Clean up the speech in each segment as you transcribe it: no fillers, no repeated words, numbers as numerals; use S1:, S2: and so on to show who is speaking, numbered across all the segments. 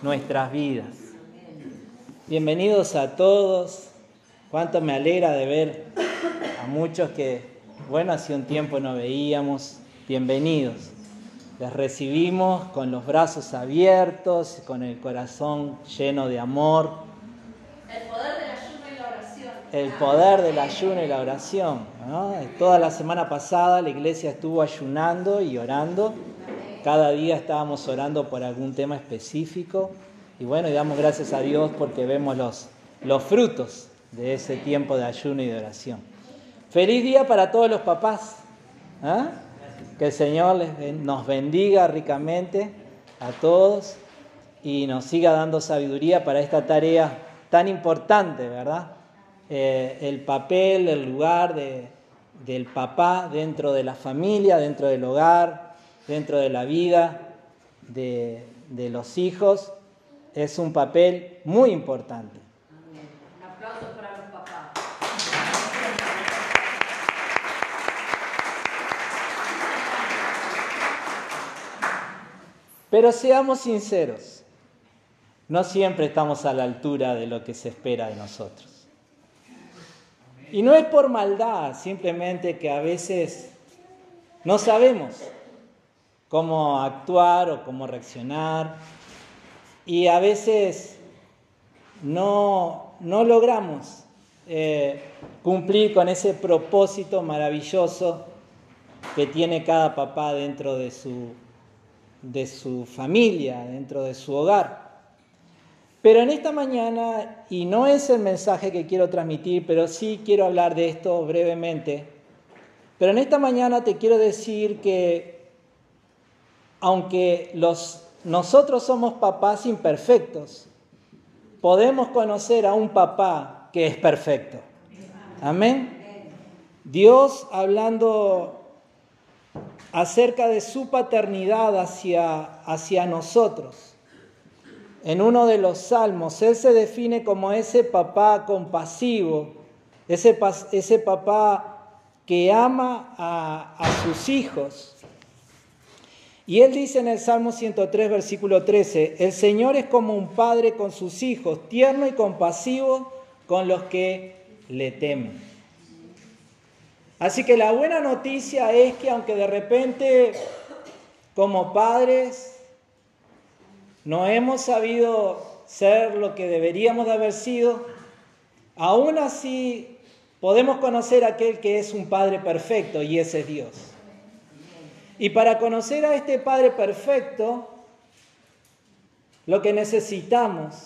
S1: nuestras vidas. Bienvenidos a todos. Cuánto me alegra de ver a muchos que, hace un tiempo no veíamos. Bienvenidos. Les recibimos con los brazos abiertos, con el corazón lleno de amor.
S2: El poder del ayuno y la oración.
S1: El poder del ayuno y la oración, ¿no? Toda la semana pasada la iglesia estuvo ayunando y orando. Cada día estábamos orando por algún tema específico. Y damos gracias a Dios porque vemos los frutos de ese tiempo de ayuno y de oración. Feliz día para todos los papás. Que el Señor nos bendiga ricamente a todos y nos siga dando sabiduría para esta tarea tan importante, ¿verdad? El papel, el lugar del papá dentro de la familia, dentro del hogar, dentro de la vida de los hijos, es un papel muy importante.
S2: Amén. Un aplauso para los papás.
S1: Pero seamos sinceros, no siempre estamos a la altura de lo que se espera de nosotros. Y no es por maldad, simplemente que a veces no sabemos cómo actuar o cómo reaccionar y a veces no logramos cumplir con ese propósito maravilloso que tiene cada papá dentro de su familia, dentro de su hogar. Pero en esta mañana, y no es el mensaje que quiero transmitir, pero sí quiero hablar de esto brevemente, pero en esta mañana te quiero decir que aunque nosotros somos papás imperfectos, podemos conocer a un papá que es perfecto. Amén. Dios, hablando acerca de su paternidad hacia nosotros, en uno de los salmos, Él se define como ese papá compasivo, ese papá que ama a sus hijos. Y Él dice en el Salmo 103, versículo 13, el Señor es como un padre con sus hijos, tierno y compasivo con los que le temen. Así que la buena noticia es que aunque de repente como padres no hemos sabido ser lo que deberíamos de haber sido, aún así podemos conocer a aquel que es un Padre perfecto y ese es Dios. Y para conocer a este Padre perfecto, lo que necesitamos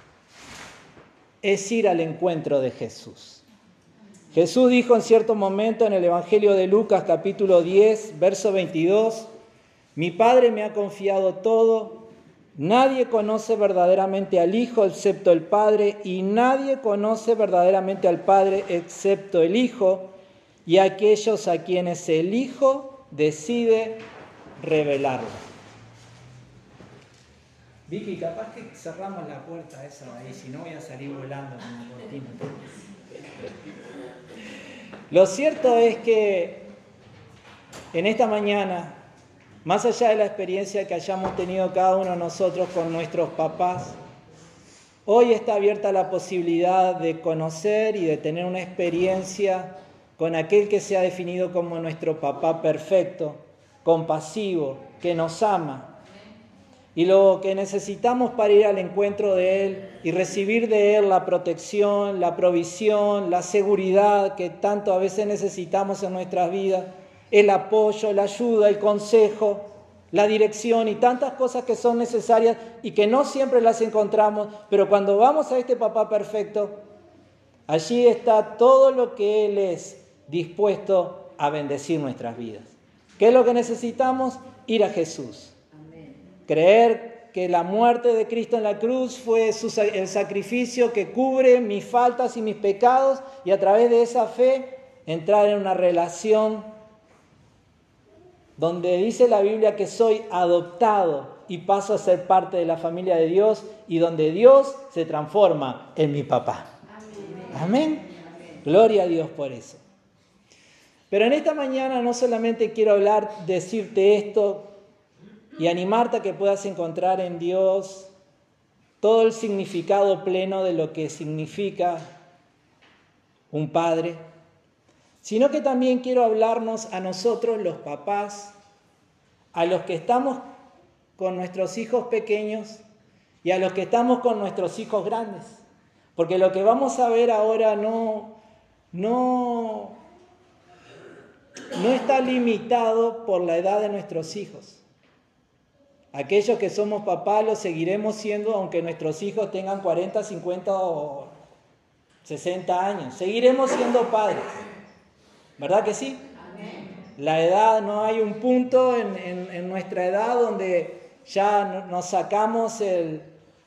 S1: es ir al encuentro de Jesús. Jesús dijo en cierto momento en el Evangelio de Lucas, capítulo 10, verso 22, mi Padre me ha confiado todo, nadie conoce verdaderamente al Hijo excepto el Padre, y nadie conoce verdaderamente al Padre excepto el Hijo, y aquellos a quienes el Hijo decide revelarlo. Vicky, capaz que cerramos la puerta esa de ahí, si no voy a salir volando con la cortina. Lo cierto es que en esta mañana, más allá de la experiencia que hayamos tenido cada uno de nosotros con nuestros papás, hoy está abierta la posibilidad de conocer y de tener una experiencia con aquel que se ha definido como nuestro papá perfecto, compasivo, que nos ama. Y lo que necesitamos para ir al encuentro de Él y recibir de Él la protección, la provisión, la seguridad que tanto a veces necesitamos en nuestras vidas, el apoyo, la ayuda, el consejo, la dirección y tantas cosas que son necesarias y que no siempre las encontramos, pero cuando vamos a este papá perfecto, allí está todo lo que Él es dispuesto a bendecir nuestras vidas. ¿Qué es lo que necesitamos? Ir a Jesús. Amén. Creer que la muerte de Cristo en la cruz fue el sacrificio que cubre mis faltas y mis pecados y a través de esa fe entrar en una relación donde dice la Biblia que soy adoptado y paso a ser parte de la familia de Dios y donde Dios se transforma en mi papá. Amén. Amén. Gloria a Dios por eso. Pero en esta mañana no solamente quiero decirte esto y animarte a que puedas encontrar en Dios todo el significado pleno de lo que significa un padre, sino que también quiero hablarnos a nosotros los papás, a los que estamos con nuestros hijos pequeños y a los que estamos con nuestros hijos grandes. Porque lo que vamos a ver ahora no está limitado por la edad de nuestros hijos. Aquellos que somos papás lo seguiremos siendo aunque nuestros hijos tengan 40, 50 o 60 años. Seguiremos siendo padres. ¿Verdad que sí? La edad, no hay un punto en nuestra edad donde ya nos sacamos el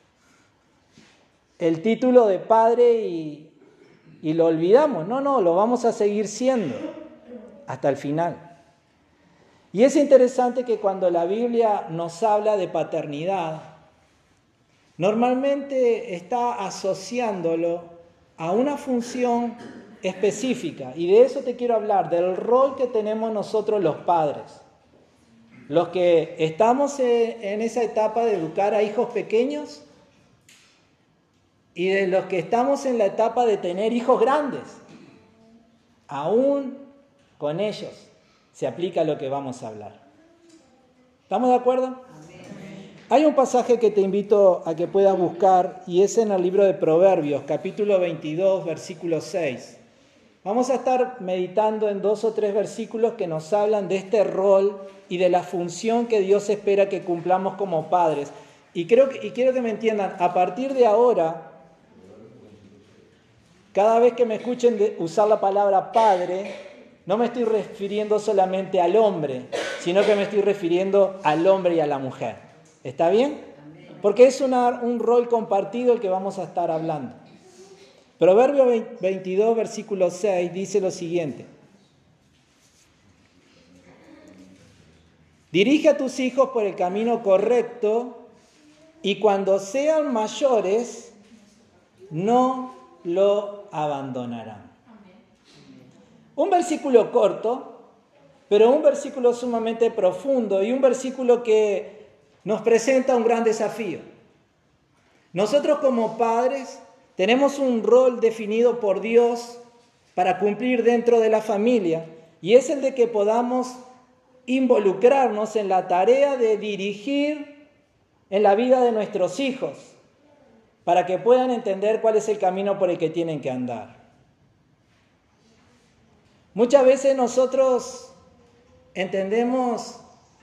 S1: título de padre y lo olvidamos. No, lo vamos a seguir siendo hasta el final. Y es interesante que cuando la Biblia nos habla de paternidad, normalmente está asociándolo a una función específica. Y de eso te quiero hablar, del rol que tenemos nosotros los padres. Los que estamos en esa etapa de educar a hijos pequeños y de los que estamos en la etapa de tener hijos grandes. Aún con ellos se aplica lo que vamos a hablar. ¿Estamos de acuerdo? Hay un pasaje que te invito a que puedas buscar y es en el libro de Proverbios, capítulo 22, versículo 6. Vamos a estar meditando en 2 o 3 versículos que nos hablan de este rol y de la función que Dios espera que cumplamos como padres. Y quiero que me entiendan, a partir de ahora, cada vez que me escuchen usar la palabra padre, no me estoy refiriendo solamente al hombre, sino que me estoy refiriendo al hombre y a la mujer. ¿Está bien? Porque es un rol compartido el que vamos a estar hablando. Proverbio 22, versículo 6 dice lo siguiente. Dirige a tus hijos por el camino correcto y cuando sean mayores no lo abandonarán. Un versículo corto, pero un versículo sumamente profundo y un versículo que nos presenta un gran desafío. Nosotros como padres tenemos un rol definido por Dios para cumplir dentro de la familia y es el de que podamos involucrarnos en la tarea de dirigir en la vida de nuestros hijos para que puedan entender cuál es el camino por el que tienen que andar. Muchas veces nosotros entendemos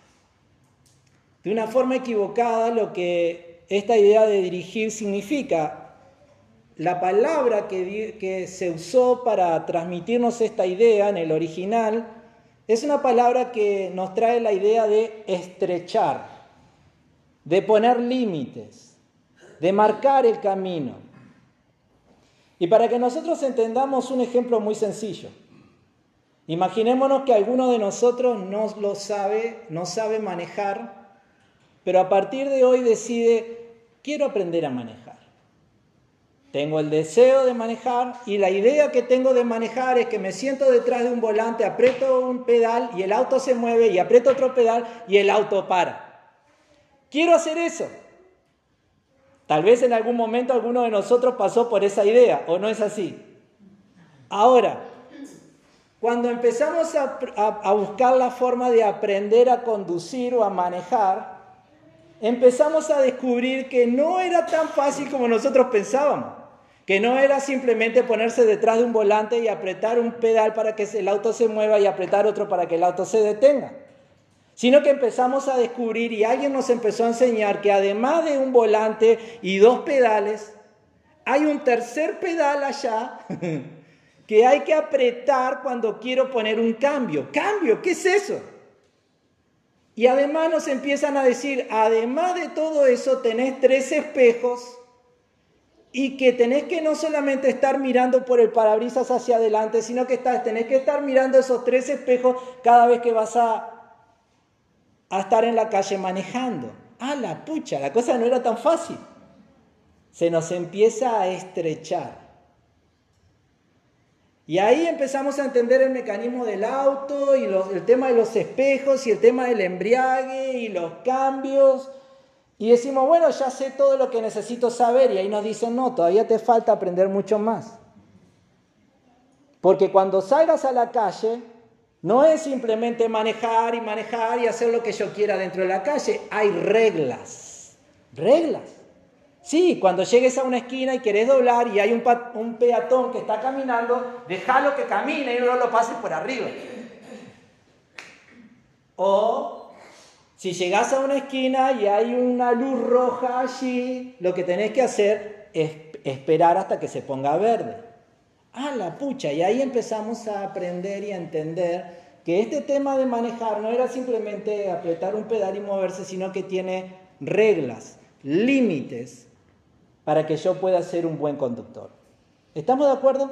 S1: de una forma equivocada lo que esta idea de dirigir significa. La palabra que se usó para transmitirnos esta idea en el original es una palabra que nos trae la idea de estrechar, de poner límites, de marcar el camino. Y para que nosotros entendamos un ejemplo muy sencillo, imaginémonos que alguno de nosotros no sabe manejar, pero a partir de hoy decide, quiero aprender a manejar. Tengo el deseo de manejar y la idea que tengo de manejar es que me siento detrás de un volante, aprieto un pedal y el auto se mueve y aprieto otro pedal y el auto para. Quiero hacer eso. Tal vez en algún momento alguno de nosotros pasó por esa idea, ¿o no es así? Ahora, cuando empezamos a buscar la forma de aprender a conducir o a manejar, empezamos a descubrir que no era tan fácil como nosotros pensábamos. Que no era simplemente ponerse detrás de un volante y apretar un pedal para que el auto se mueva y apretar otro para que el auto se detenga. Sino que empezamos a descubrir y alguien nos empezó a enseñar que además de un volante y 2 pedales, hay un tercer pedal allá que hay que apretar cuando quiero poner un cambio. ¿Cambio? ¿Qué es eso? Y además nos empiezan a decir, además de todo eso, tenés 3 espejos y que tenés que no solamente estar mirando por el parabrisas hacia adelante, sino que tenés que estar mirando esos 3 espejos cada vez que vas a estar en la calle manejando. ¡Ah, la pucha! La cosa no era tan fácil. Se nos empieza a estrechar. Y ahí empezamos a entender el mecanismo del auto y el tema de los espejos y el tema del embriague y los cambios. Y decimos, bueno, ya sé todo lo que necesito saber. Y ahí nos dicen, no, todavía te falta aprender mucho más. Porque cuando salgas a la calle, no es simplemente manejar y hacer lo que yo quiera dentro de la calle. Hay reglas. Reglas. Sí, cuando llegues a una esquina y querés doblar y hay un peatón que está caminando, déjalo que camine y no lo pases por arriba. O si llegás a una esquina y hay una luz roja allí, lo que tenés que hacer es esperar hasta que se ponga verde. ¡Ah, la pucha! Y ahí empezamos a aprender y a entender que este tema de manejar no era simplemente apretar un pedal y moverse, sino que tiene reglas, límites, para que yo pueda ser un buen conductor. ¿Estamos de acuerdo?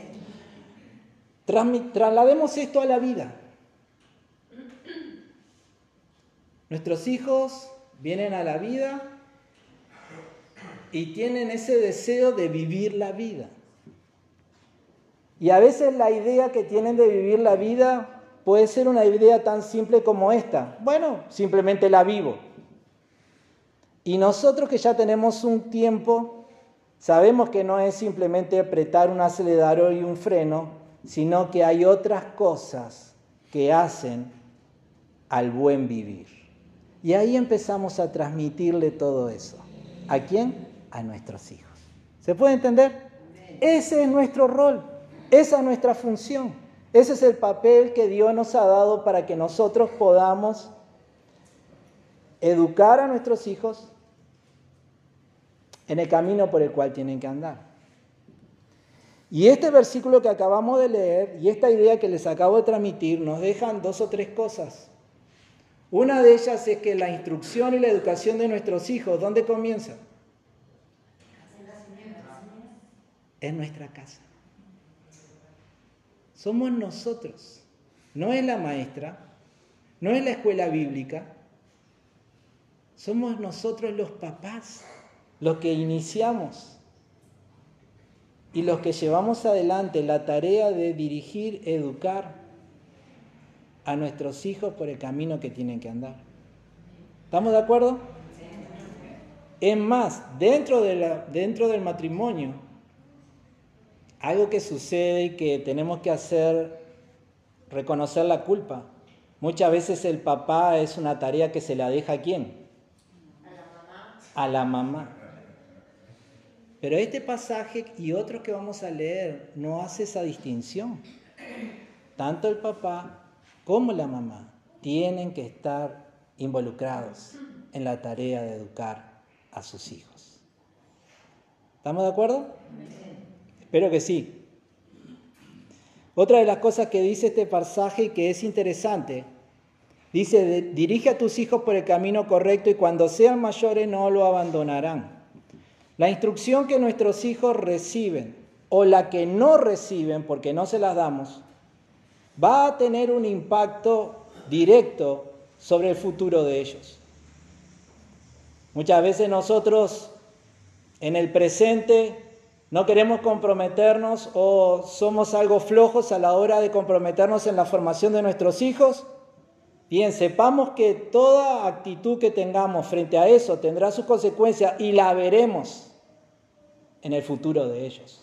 S1: Traslademos esto a la vida. Nuestros hijos vienen a la vida y tienen ese deseo de vivir la vida. Y a veces la idea que tienen de vivir la vida puede ser una idea tan simple como esta. Bueno, simplemente la vivo. Y nosotros que ya tenemos un tiempo, sabemos que no es simplemente apretar un acelerador y un freno, sino que hay otras cosas que hacen al buen vivir. Y ahí empezamos a transmitirle todo eso. ¿A quién? A nuestros hijos. ¿Se puede entender? Ese es nuestro rol, esa es nuestra función, ese es el papel que Dios nos ha dado para que nosotros podamos educar a nuestros hijos en el camino por el cual tienen que andar. Y este versículo que acabamos de leer y esta idea que les acabo de transmitir nos dejan 2 o 3 cosas. Una de ellas es que la instrucción y la educación de nuestros hijos, ¿dónde comienza? En nuestra casa. Somos nosotros. No es la maestra, no es la escuela bíblica. Somos nosotros los papás, los que iniciamos y los que llevamos adelante la tarea de dirigir, educar a nuestros hijos por el camino que tienen que andar. ¿Estamos de acuerdo? Es más, dentro del matrimonio, algo que sucede y que tenemos que hacer, reconocer la culpa. Muchas veces el papá es una tarea que se la deja ¿a quién? A la mamá. Pero este pasaje y otros que vamos a leer no hace esa distinción. Tanto el papá como la mamá tienen que estar involucrados en la tarea de educar a sus hijos. ¿Estamos de acuerdo? Espero que sí. Otra de las cosas que dice este pasaje y que es interesante, dice, dirige a tus hijos por el camino correcto y cuando sean mayores no lo abandonarán. La instrucción que nuestros hijos reciben o la que no reciben porque no se las damos, va a tener un impacto directo sobre el futuro de ellos. Muchas veces nosotros en el presente no queremos comprometernos o somos algo flojos a la hora de comprometernos en la formación de nuestros hijos. Bien, sepamos que toda actitud que tengamos frente a eso tendrá sus consecuencias y la veremos en el futuro de ellos.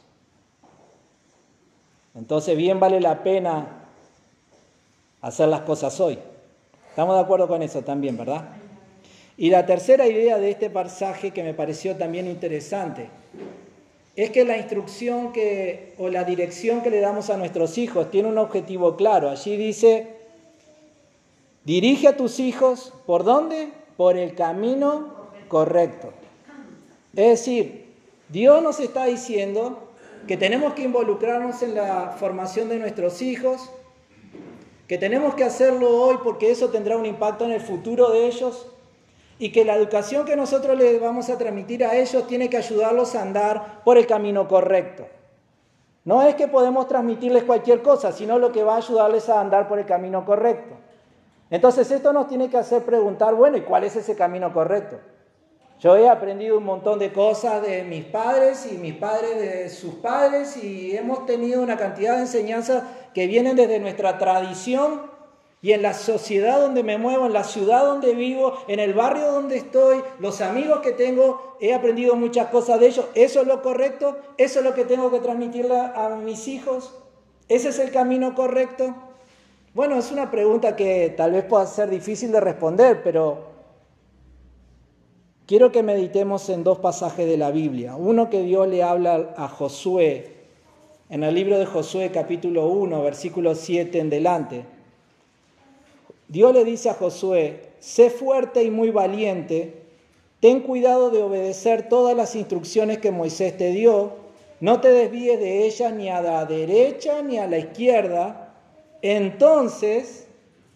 S1: Entonces bien vale la pena hacer las cosas hoy. ¿Estamos de acuerdo con eso también, verdad? Y la tercera idea de este pasaje que me pareció también interesante es que la instrucción o la dirección que le damos a nuestros hijos tiene un objetivo claro. Allí dice, dirige a tus hijos, ¿por dónde? Por el camino correcto. Es decir, Dios nos está diciendo que tenemos que involucrarnos en la formación de nuestros hijos, que tenemos que hacerlo hoy porque eso tendrá un impacto en el futuro de ellos y que la educación que nosotros les vamos a transmitir a ellos tiene que ayudarlos a andar por el camino correcto. No es que podemos transmitirles cualquier cosa, sino lo que va a ayudarles a andar por el camino correcto. Entonces esto nos tiene que hacer preguntar, bueno, ¿y cuál es ese camino correcto? Yo he aprendido un montón de cosas de mis padres y mis padres de sus padres y hemos tenido una cantidad de enseñanzas que vienen desde nuestra tradición Y en la sociedad donde me muevo, en la ciudad donde vivo, en el barrio donde estoy, los amigos que tengo, he aprendido muchas cosas de ellos. ¿Eso es lo correcto? ¿Eso es lo que tengo que transmitirle a mis hijos? ¿Ese es el camino correcto? Bueno, es una pregunta que tal vez pueda ser difícil de responder, pero quiero que meditemos en dos pasajes de la Biblia. Uno que Dios le habla a Josué, en el libro de Josué capítulo 1, versículo 7 en delante. Dios le dice a Josué: sé fuerte y muy valiente, ten cuidado de obedecer todas las instrucciones que Moisés te dio, no te desvíes de ellas ni a la derecha ni a la izquierda, entonces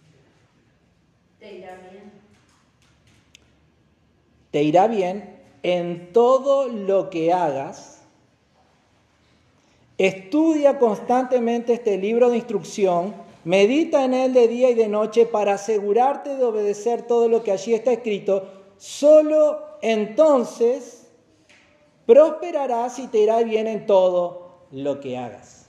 S1: te irá bien en todo lo que hagas. Estudia constantemente este libro de instrucción, medita en él de día y de noche para asegurarte de obedecer todo lo que allí está escrito. Solo entonces prosperarás y te irá bien en todo lo que hagas.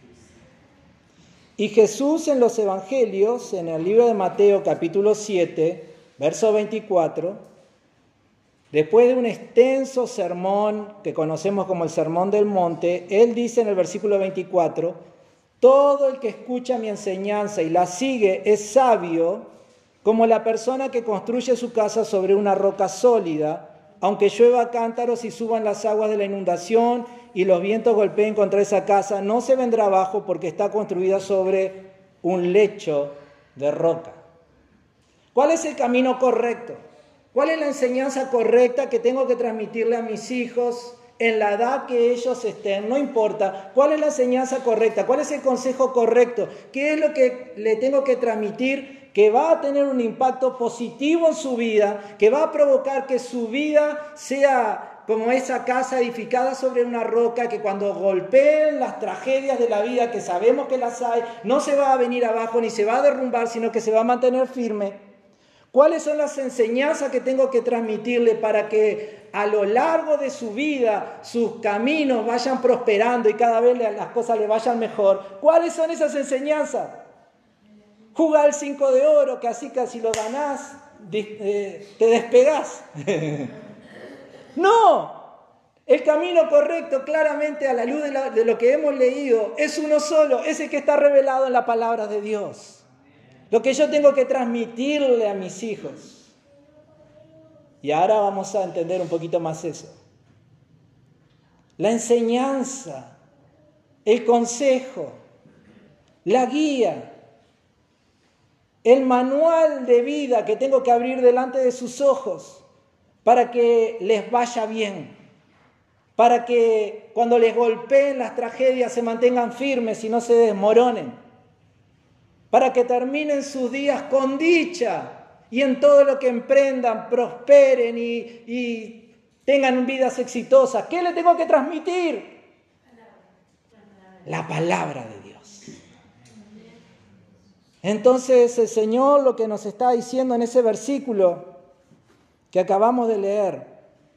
S1: Y Jesús en los Evangelios, en el libro de Mateo capítulo 7, verso 24, después de un extenso sermón que conocemos como el Sermón del Monte, Él dice en el versículo 24: todo el que escucha mi enseñanza y la sigue es sabio, como la persona que construye su casa sobre una roca sólida, aunque llueva cántaros y suban las aguas de la inundación y los vientos golpeen contra esa casa, no se vendrá abajo porque está construida sobre un lecho de roca. ¿Cuál es el camino correcto? ¿Cuál es la enseñanza correcta que tengo que transmitirle a mis hijos en la edad que ellos estén? No importa. ¿Cuál es la enseñanza correcta? ¿Cuál es el consejo correcto? ¿Qué es lo que le tengo que transmitir que va a tener un impacto positivo en su vida, que va a provocar que su vida sea como esa casa edificada sobre una roca, que cuando golpeen las tragedias de la vida, que sabemos que las hay, no se va a venir abajo ni se va a derrumbar, sino que se va a mantener firme? ¿Cuáles son las enseñanzas que tengo que transmitirle para que a lo largo de su vida sus caminos vayan prosperando y cada vez las cosas le vayan mejor? ¿Cuáles son esas enseñanzas? Jugar el 5 de oro, que así casi lo ganás, te despegás. No, el camino correcto, claramente a la luz de lo que hemos leído, es uno solo, es el que está revelado en la palabra de Dios. Lo que yo tengo que transmitirle a mis hijos. Y ahora vamos a entender un poquito más eso. La enseñanza, el consejo, la guía, el manual de vida que tengo que abrir delante de sus ojos para que les vaya bien, para que cuando les golpeen las tragedias se mantengan firmes y no se desmoronen, para que terminen sus días con dicha y en todo lo que emprendan prosperen y tengan vidas exitosas. ¿Qué le tengo que transmitir? La palabra de Dios. Entonces el Señor lo que nos está diciendo en ese versículo que acabamos de leer: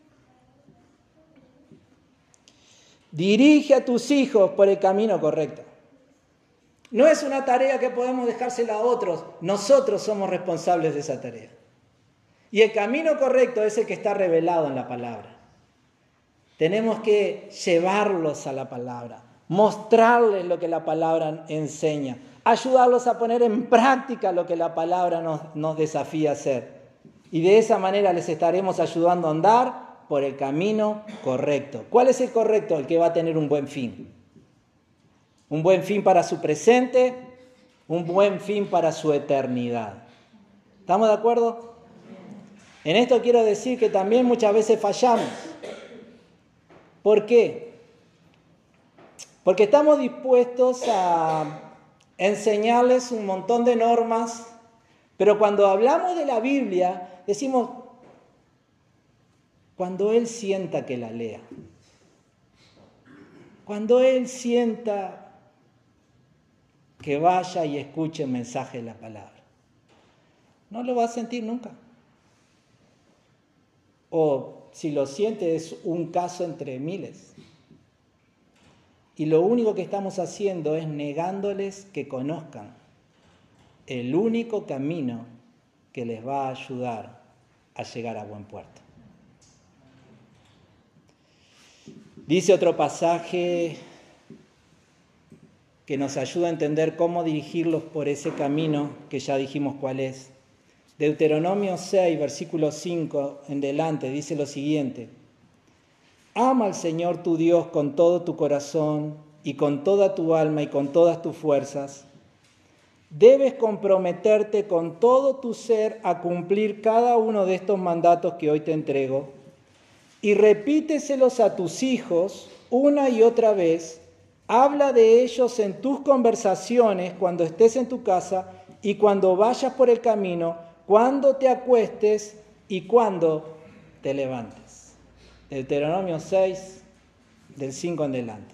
S1: dirige a tus hijos por el camino correcto. No es una tarea que podemos dejársela a otros. Nosotros somos responsables de esa tarea. Y el camino correcto es el que está revelado en la palabra. Tenemos que llevarlos a la palabra, mostrarles lo que la palabra enseña, ayudarlos a poner en práctica lo que la palabra nos desafía a hacer. Y de esa manera les estaremos ayudando a andar por el camino correcto. ¿Cuál es el correcto? El que va a tener un buen fin. Un buen fin para su presente, un buen fin para su eternidad. ¿Estamos de acuerdo? En esto quiero decir que también muchas veces fallamos. ¿Por qué? Porque estamos dispuestos a enseñarles un montón de normas, pero cuando hablamos de la Biblia, decimos, cuando él sienta que la lea, cuando él sienta que vaya y escuche el mensaje de la palabra. No lo va a sentir nunca. O si lo siente es un caso entre miles. Y lo único que estamos haciendo es negándoles que conozcan el único camino que les va a ayudar a llegar a buen puerto. Dice otro pasaje que nos ayuda a entender cómo dirigirlos por ese camino que ya dijimos cuál es. Deuteronomio 6, versículo 5 en delante, dice lo siguiente: ama al Señor tu Dios con todo tu corazón y con toda tu alma y con todas tus fuerzas. Debes comprometerte con todo tu ser a cumplir cada uno de estos mandatos que hoy te entrego y repíteselos a tus hijos una y otra vez. Habla de ellos en tus conversaciones cuando estés en tu casa y cuando vayas por el camino, cuando te acuestes y cuando te levantes. Deuteronomio 6, del 5 en adelante.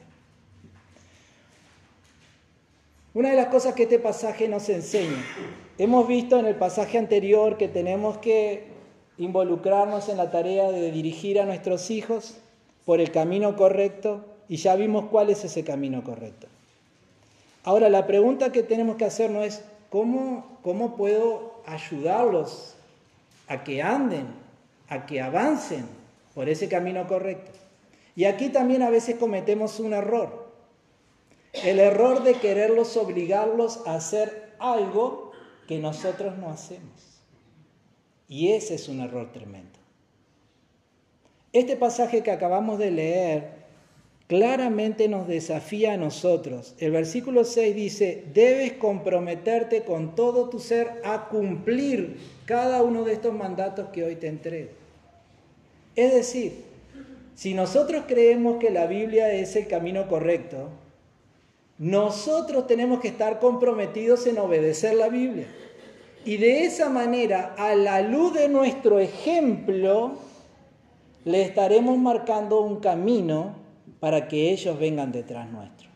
S1: Una de las cosas que este pasaje nos enseña, hemos visto en el pasaje anterior que tenemos que involucrarnos en la tarea de dirigir a nuestros hijos por el camino correcto, y ya vimos cuál es ese camino correcto. Ahora, la pregunta que tenemos que hacernos es, ¿cómo puedo ayudarlos a que anden, a que avancen por ese camino correcto? Y aquí también a veces cometemos un error. El error de quererlos obligarlos a hacer algo que nosotros no hacemos. Y ese es un error tremendo. Este pasaje que acabamos de leer claramente nos desafía a nosotros. El versículo 6 dice: debes comprometerte con todo tu ser a cumplir cada uno de estos mandatos que hoy te entrego. Es decir, si nosotros creemos que la Biblia es el camino correcto, nosotros tenemos que estar comprometidos en obedecer la Biblia. Y de esa manera, a la luz de nuestro ejemplo, le estaremos marcando un camino para que ellos vengan detrás nuestro.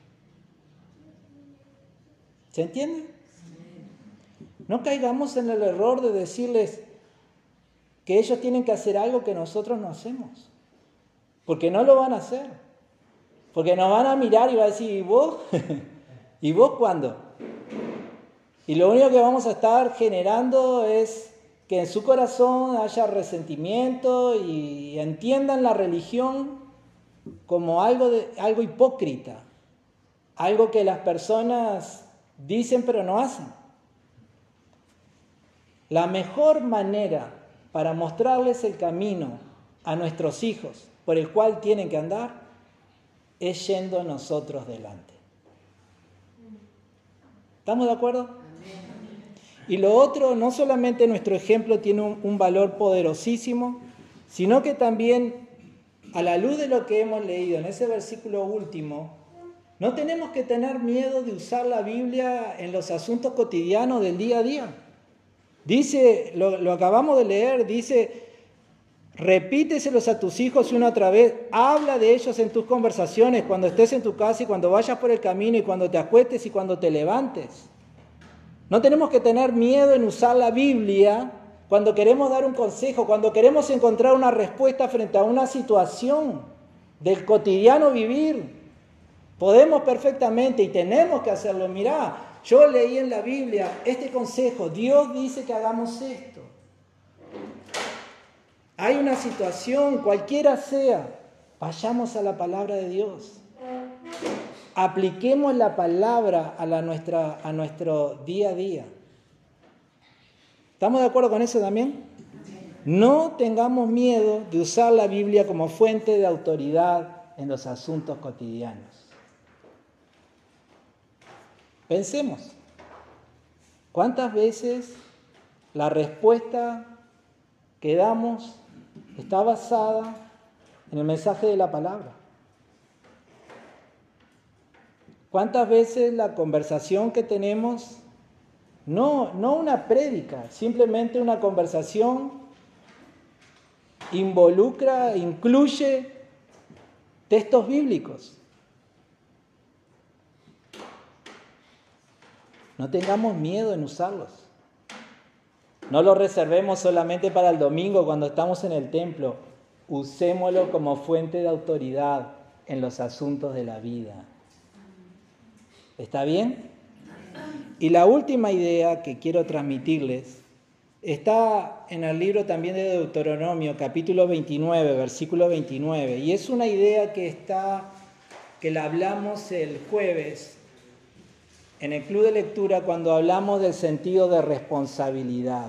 S1: ¿Se entiende? No caigamos en el error de decirles que ellos tienen que hacer algo que nosotros no hacemos. Porque no lo van a hacer. Porque nos van a mirar y va a decir, ¿y vos? ¿Y vos cuándo? Y lo único que vamos a estar generando es que en su corazón haya resentimiento y entiendan la religión como algo hipócrita, algo que las personas dicen pero no hacen. La mejor manera para mostrarles el camino a nuestros hijos por el cual tienen que andar es yendo nosotros delante. ¿Estamos de acuerdo? Y lo otro, no solamente nuestro ejemplo tiene un valor poderosísimo, sino que también, a la luz de lo que hemos leído en ese versículo último, no tenemos que tener miedo de usar la Biblia en los asuntos cotidianos del día a día. Dice, lo acabamos de leer, dice: repíteselos a tus hijos una otra vez, habla de ellos en tus conversaciones, cuando estés en tu casa y cuando vayas por el camino y cuando te acuestes y cuando te levantes. No tenemos que tener miedo en usar la Biblia cuando queremos dar un consejo, cuando queremos encontrar una respuesta frente a una situación del cotidiano vivir. Podemos perfectamente y tenemos que hacerlo. Mirá, yo leí en la Biblia este consejo, Dios dice que hagamos esto. Hay una situación, cualquiera sea, vayamos a la palabra de Dios. Apliquemos la palabra a nuestro día a día. ¿Estamos de acuerdo con eso también? No tengamos miedo de usar la Biblia como fuente de autoridad en los asuntos cotidianos. Pensemos, ¿cuántas veces la respuesta que damos está basada en el mensaje de la palabra? ¿Cuántas veces la conversación que tenemos, no una prédica, simplemente una conversación, incluye textos bíblicos? No tengamos miedo en usarlos. No lo reservemos solamente para el domingo cuando estamos en el templo. Usémoslo como fuente de autoridad en los asuntos de la vida. ¿Está bien? Y la última idea que quiero transmitirles está en el libro también de Deuteronomio, capítulo 29, versículo 29. Y es una idea que la hablamos el jueves en el club de lectura cuando hablamos del sentido de responsabilidad.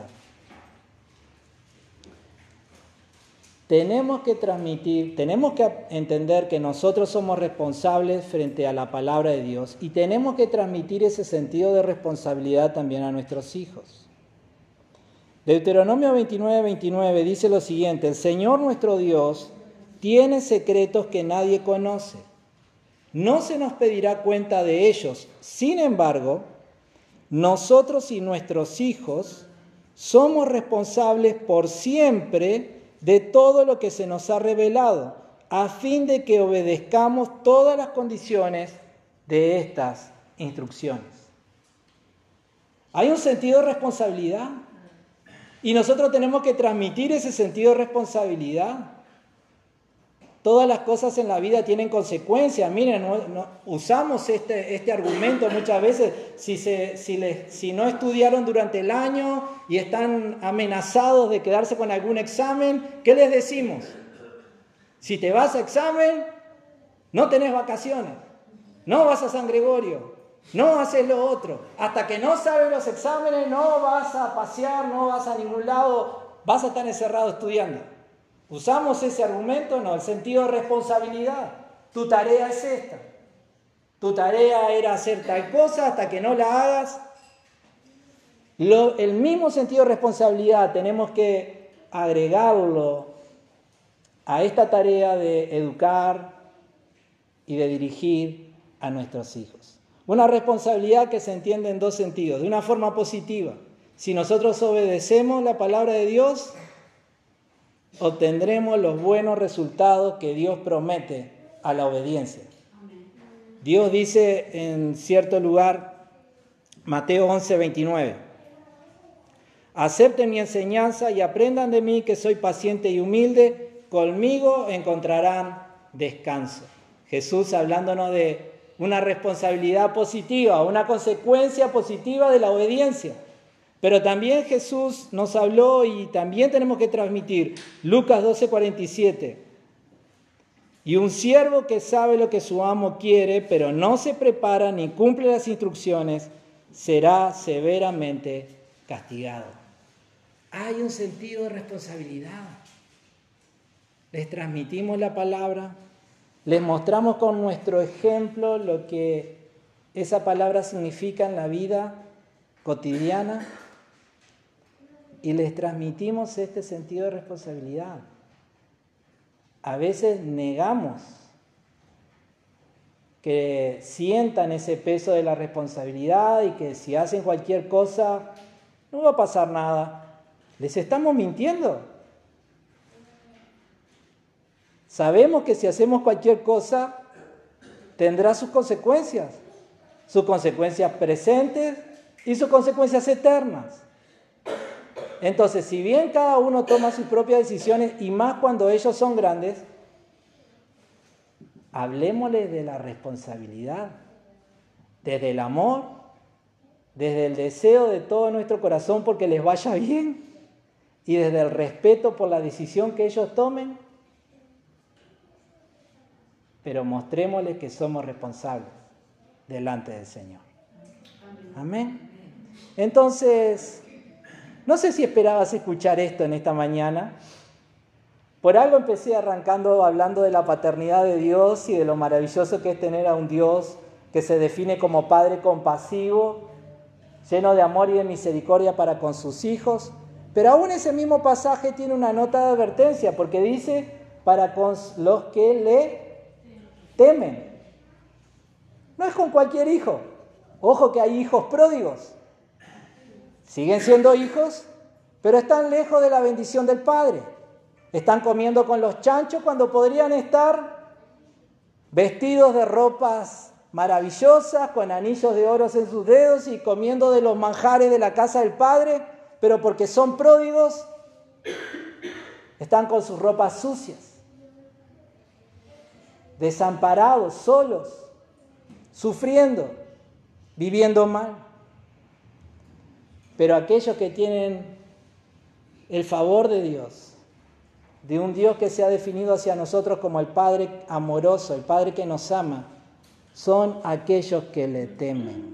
S1: Tenemos que entender que nosotros somos responsables frente a la palabra de Dios y tenemos que transmitir ese sentido de responsabilidad también a nuestros hijos. Deuteronomio 29, 29 dice lo siguiente: el Señor nuestro Dios tiene secretos que nadie conoce. No se nos pedirá cuenta de ellos. Sin embargo, nosotros y nuestros hijos somos responsables por siempre de todo lo que se nos ha revelado, a fin de que obedezcamos todas las condiciones de estas instrucciones. Hay un sentido de responsabilidad y nosotros tenemos que transmitir ese sentido de responsabilidad. Todas las cosas en la vida tienen consecuencias. Miren, usamos este argumento muchas veces. Si no estudiaron durante el año y están amenazados de quedarse con algún examen, ¿qué les decimos? Si te vas a examen, no tenés vacaciones, no vas a San Gregorio, no haces lo otro. Hasta que no sabes los exámenes, no vas a pasear, no vas a ningún lado, vas a estar encerrado estudiando. ¿Usamos ese argumento? No, el sentido de responsabilidad. Tu tarea es esta. Tu tarea era hacer tal cosa hasta que no la hagas. El mismo sentido de responsabilidad tenemos que agregarlo a esta tarea de educar y de dirigir a nuestros hijos. Una responsabilidad que se entiende en dos sentidos. De una forma positiva. Si nosotros obedecemos la palabra de Dios, obtendremos los buenos resultados que Dios promete a la obediencia. Dios dice en cierto lugar, Mateo 11, 29, acepten mi enseñanza y aprendan de mí que soy paciente y humilde, conmigo encontrarán descanso. Jesús hablándonos de una responsabilidad positiva, una consecuencia positiva de la obediencia. Pero también Jesús nos habló y también tenemos que transmitir, Lucas 12:47. Y un siervo que sabe lo que su amo quiere, pero no se prepara ni cumple las instrucciones, será severamente castigado. Hay un sentido de responsabilidad. Les transmitimos la palabra, les mostramos con nuestro ejemplo lo que esa palabra significa en la vida cotidiana. Y les transmitimos este sentido de responsabilidad. A veces negamos que sientan ese peso de la responsabilidad y que si hacen cualquier cosa no va a pasar nada. ¿Les estamos mintiendo? Sabemos que si hacemos cualquier cosa tendrá sus consecuencias presentes y sus consecuencias eternas. Entonces, si bien cada uno toma sus propias decisiones, y más cuando ellos son grandes, hablemosles de la responsabilidad, desde el amor, desde el deseo de todo nuestro corazón porque les vaya bien, y desde el respeto por la decisión que ellos tomen, pero mostrémosles que somos responsables delante del Señor. Amén. Entonces, no sé si esperabas escuchar esto en esta mañana. Por algo empecé arrancando hablando de la paternidad de Dios y de lo maravilloso que es tener a un Dios que se define como Padre compasivo, lleno de amor y de misericordia para con sus hijos. Pero aún ese mismo pasaje tiene una nota de advertencia, porque dice, para con los que le temen. No es con cualquier hijo. Ojo que hay hijos pródigos. Siguen siendo hijos, pero están lejos de la bendición del Padre. Están comiendo con los chanchos cuando podrían estar vestidos de ropas maravillosas, con anillos de oro en sus dedos y comiendo de los manjares de la casa del Padre, pero porque son pródigos, están con sus ropas sucias, desamparados, solos, sufriendo, viviendo mal. Pero aquellos que tienen el favor de Dios, de un Dios que se ha definido hacia nosotros como el Padre amoroso, el Padre que nos ama, son aquellos que le temen,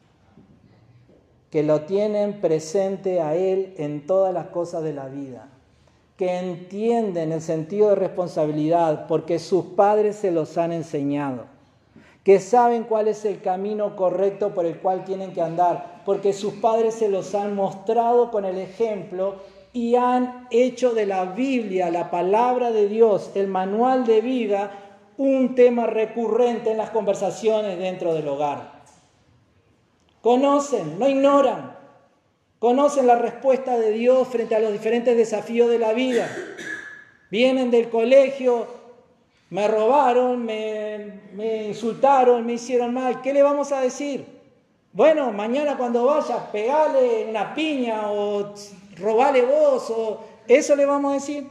S1: que lo tienen presente a Él en todas las cosas de la vida, que entienden el sentido de responsabilidad porque sus padres se los han enseñado, que saben cuál es el camino correcto por el cual tienen que andar, porque sus padres se los han mostrado con el ejemplo y han hecho de la Biblia, la palabra de Dios, el manual de vida, un tema recurrente en las conversaciones dentro del hogar. Conocen, no ignoran, conocen la respuesta de Dios frente a los diferentes desafíos de la vida. Vienen del colegio, me robaron, me insultaron, me hicieron mal. ¿Qué le vamos a decir? Bueno, mañana cuando vayas, pegale una piña o robale vos, o eso le vamos a decir.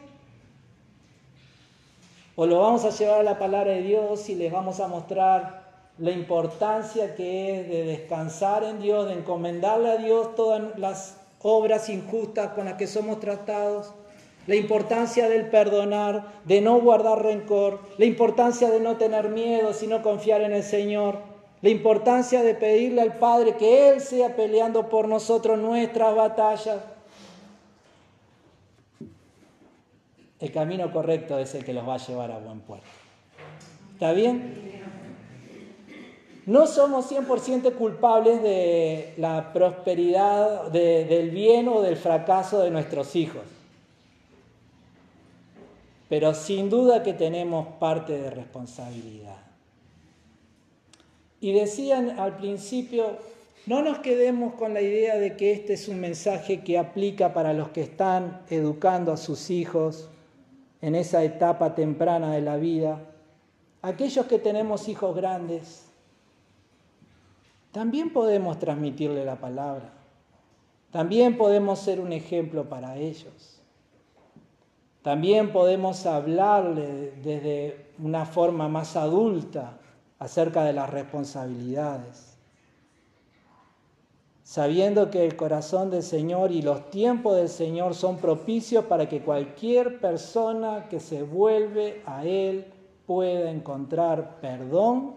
S1: O lo vamos a llevar a la palabra de Dios y les vamos a mostrar la importancia que es de descansar en Dios, de encomendarle a Dios todas las obras injustas con las que somos tratados, la importancia del perdonar, de no guardar rencor, la importancia de no tener miedo, sino confiar en el Señor, la importancia de pedirle al Padre que Él sea peleando por nosotros nuestras batallas. El camino correcto es el que los va a llevar a buen puerto. ¿Está bien? No somos 100% culpables de la prosperidad, del bien o del fracaso de nuestros hijos. Pero sin duda que tenemos parte de responsabilidad. Y decían al principio, no nos quedemos con la idea de que este es un mensaje que aplica para los que están educando a sus hijos en esa etapa temprana de la vida. Aquellos que tenemos hijos grandes, también podemos transmitirle la palabra. También podemos ser un ejemplo para ellos. También podemos hablarle desde una forma más adulta acerca de las responsabilidades. Sabiendo que el corazón del Señor y los tiempos del Señor son propicios para que cualquier persona que se vuelve a Él pueda encontrar perdón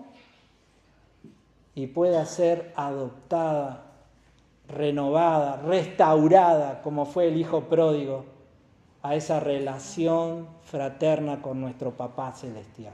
S1: y pueda ser adoptada, renovada, restaurada, como fue el hijo pródigo, a esa relación fraterna con nuestro Papá Celestial.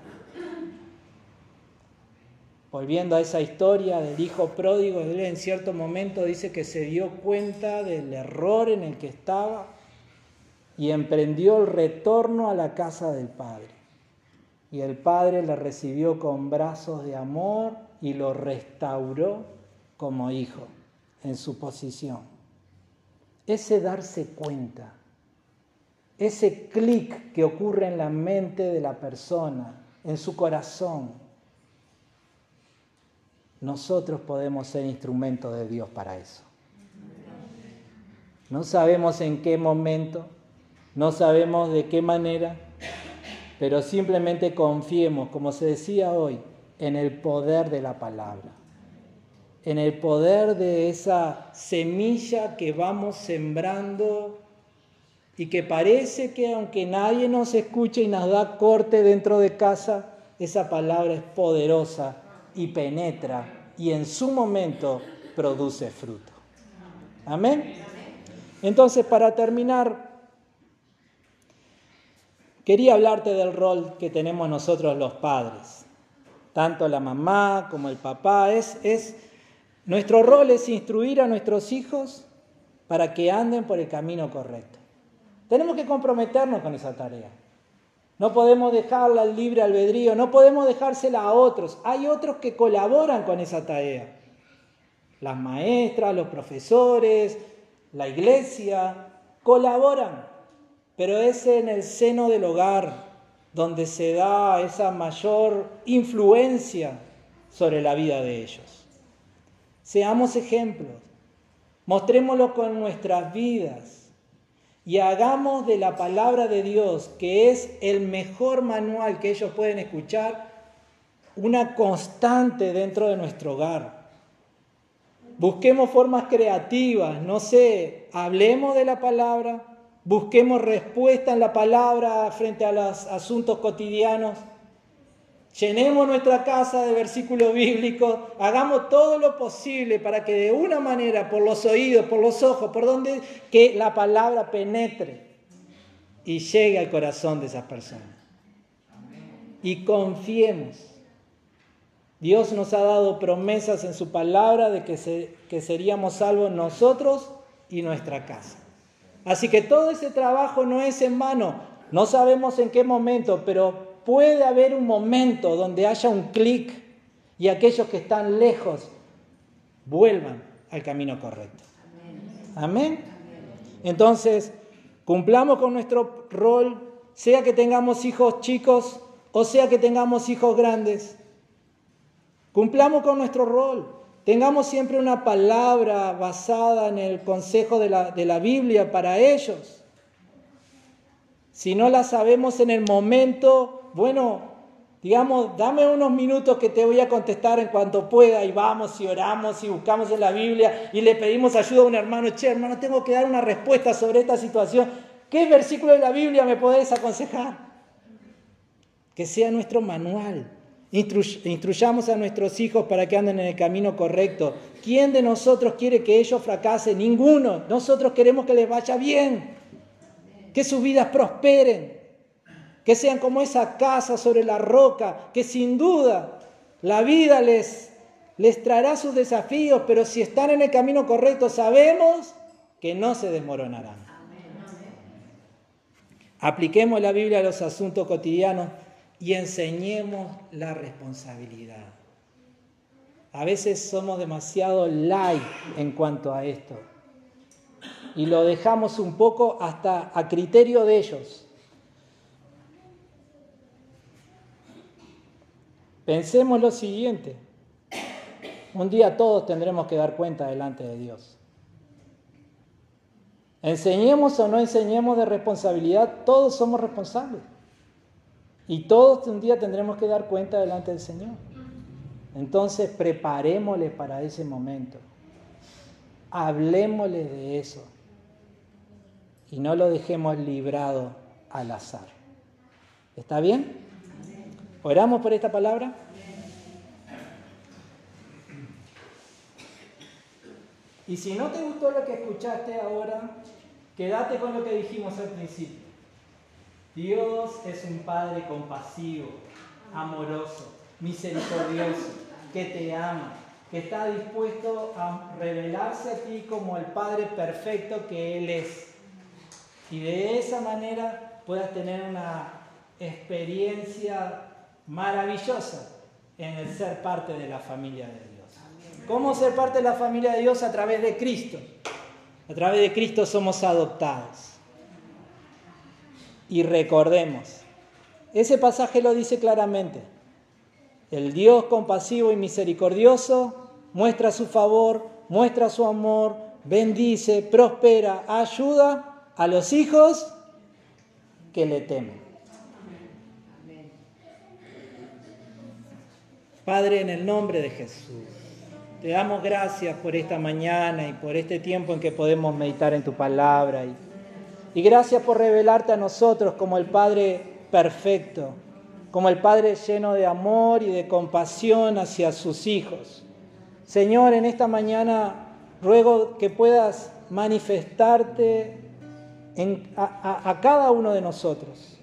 S1: Volviendo a esa historia del hijo pródigo, él en cierto momento dice que se dio cuenta del error en el que estaba y emprendió el retorno a la casa del Padre. Y el Padre le recibió con brazos de amor y lo restauró como hijo en su posición. Ese darse cuenta, ese clic que ocurre en la mente de la persona, en su corazón, nosotros podemos ser instrumentos de Dios para eso. No sabemos en qué momento, no sabemos de qué manera, pero simplemente confiemos, como se decía hoy, en el poder de la palabra, en el poder de esa semilla que vamos sembrando y que parece que aunque nadie nos escuche y nos da corte dentro de casa, esa palabra es poderosa y penetra y en su momento produce fruto. ¿Amén? Entonces, para terminar, quería hablarte del rol que tenemos nosotros los padres. Tanto la mamá como el papá. Nuestro rol es instruir a nuestros hijos para que anden por el camino correcto. Tenemos que comprometernos con esa tarea. No podemos dejarla al libre albedrío, no podemos dejársela a otros. Hay otros que colaboran con esa tarea. Las maestras, los profesores, la iglesia, colaboran. Pero es en el seno del hogar donde se da esa mayor influencia sobre la vida de ellos. Seamos ejemplos, mostrémoslo con nuestras vidas. Y hagamos de la palabra de Dios, que es el mejor manual que ellos pueden escuchar, una constante dentro de nuestro hogar. busquemos formas creativas, no sé, hablemos de la palabra, busquemos respuesta en la palabra frente a los asuntos cotidianos, llenemos nuestra casa de versículos bíblicos, hagamos todo lo posible para que de una manera, por los oídos, por los ojos, por donde, que la palabra penetre y llegue al corazón de esas personas. Y confiemos. Dios nos ha dado promesas en su palabra de que seríamos salvos nosotros y nuestra casa. Así que todo ese trabajo no es en vano. No sabemos en qué momento, pero puede haber un momento donde haya un clic y aquellos que están lejos vuelvan al camino correcto. Amén. Entonces, cumplamos con nuestro rol, sea que tengamos hijos chicos o sea que tengamos hijos grandes. Cumplamos con nuestro rol. Tengamos siempre una palabra basada en el consejo de la Biblia para ellos. Si no la sabemos en el momento, bueno, digamos, dame unos minutos que te voy a contestar en cuanto pueda y vamos y oramos y buscamos en la Biblia y le pedimos ayuda a un hermano. Che, hermano, tengo que dar una respuesta sobre esta situación. ¿Qué versículo de la Biblia me podés aconsejar? Que sea nuestro manual. Instruyamos a nuestros hijos para que anden en el camino correcto. ¿Quién de nosotros quiere que ellos fracasen? Ninguno. Nosotros queremos que les vaya bien, que sus vidas prosperen, que sean como esa casa sobre la roca, que sin duda la vida les traerá sus desafíos, pero si están en el camino correcto sabemos que no se desmoronarán. Apliquemos la Biblia a los asuntos cotidianos y enseñemos la responsabilidad. A veces somos demasiado light en cuanto a esto y lo dejamos un poco hasta a criterio de ellos. Pensemos lo siguiente: un día todos tendremos que dar cuenta delante de Dios. Enseñemos o no enseñemos de responsabilidad, todos somos responsables. Y todos un día tendremos que dar cuenta delante del Señor. Entonces preparémosle para ese momento. Hablemosle de eso. Y no lo dejemos librado al azar. ¿Está bien? ¿Oramos por esta palabra? Y si no te gustó lo que escuchaste ahora, quédate con lo que dijimos al principio. Dios es un Padre compasivo, amoroso, misericordioso, que te ama, que está dispuesto a revelarse a ti como el Padre perfecto que Él es. Y de esa manera puedas tener una experiencia maravillosa en el ser parte de la familia de Dios. ¿Cómo ser parte de la familia de Dios? A través de Cristo. A través de Cristo somos adoptados. Y recordemos, ese pasaje lo dice claramente. El Dios compasivo y misericordioso muestra su favor, muestra su amor, bendice, prospera, ayuda a los hijos que le temen. Padre, en el nombre de Jesús, te damos gracias por esta mañana y por este tiempo en que podemos meditar en tu palabra. Y gracias por revelarte a nosotros como el Padre perfecto, como el Padre lleno de amor y de compasión hacia sus hijos. Señor, en esta mañana ruego que puedas manifestarte a cada uno de nosotros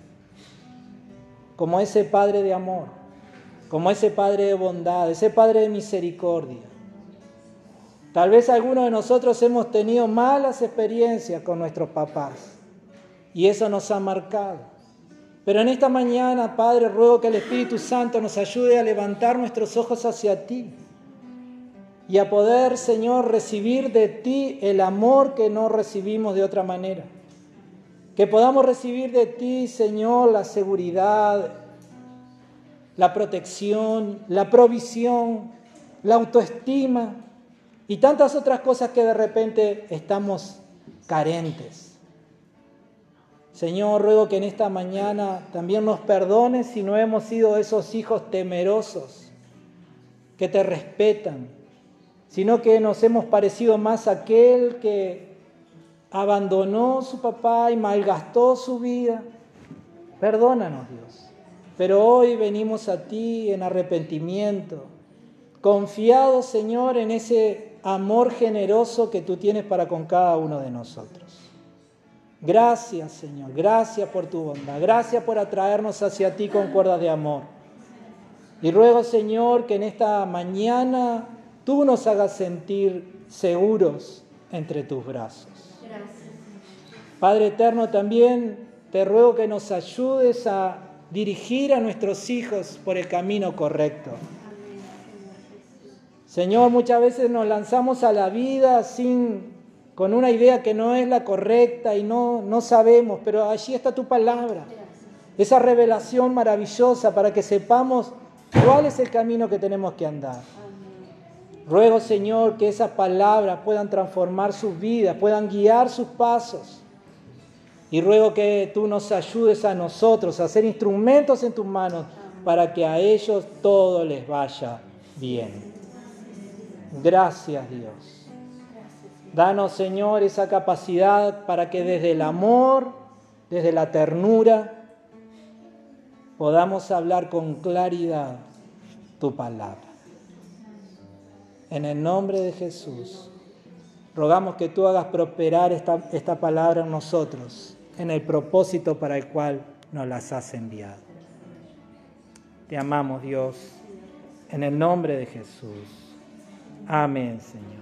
S1: como ese Padre de amor, como ese Padre de bondad, ese Padre de misericordia. Tal vez algunos de nosotros hemos tenido malas experiencias con nuestros papás y eso nos ha marcado. Pero en esta mañana, Padre, ruego que el Espíritu Santo nos ayude a levantar nuestros ojos hacia ti y a poder, Señor, recibir de ti el amor que no recibimos de otra manera. Que podamos recibir de ti, Señor, la seguridad, la protección, la provisión, la autoestima y tantas otras cosas que de repente estamos carentes. Señor, ruego que en esta mañana también nos perdones si no hemos sido esos hijos temerosos, que te respetan, sino que nos hemos parecido más a aquel que abandonó a su papá y malgastó su vida. Perdónanos, Dios. Pero hoy venimos a ti en arrepentimiento, confiados, Señor, en ese amor generoso que tú tienes para con cada uno de nosotros. Gracias, Señor, gracias por tu bondad, gracias por atraernos hacia ti con cuerdas de amor. Y ruego, Señor, que en esta mañana tú nos hagas sentir seguros entre tus brazos.
S2: Gracias.
S1: Padre eterno, también te ruego que nos ayudes a dirigir a nuestros hijos por el camino correcto. Señor, muchas veces nos lanzamos a la vida con una idea que no es la correcta y no sabemos, pero allí está tu palabra. Esa revelación maravillosa para que sepamos cuál es el camino que tenemos que andar. Ruego, Señor, que esas palabras puedan transformar sus vidas, puedan guiar sus pasos. Y ruego que tú nos ayudes a nosotros a ser instrumentos en tus manos para que a ellos todo les vaya bien. Gracias, Dios. Danos, Señor, esa capacidad para que desde el amor, desde la ternura, podamos hablar con claridad tu palabra. En el nombre de Jesús, rogamos que tú hagas prosperar esta palabra en nosotros, en el propósito para el cual nos las has enviado. Te amamos, Dios, en el nombre de Jesús. Amén, Señor.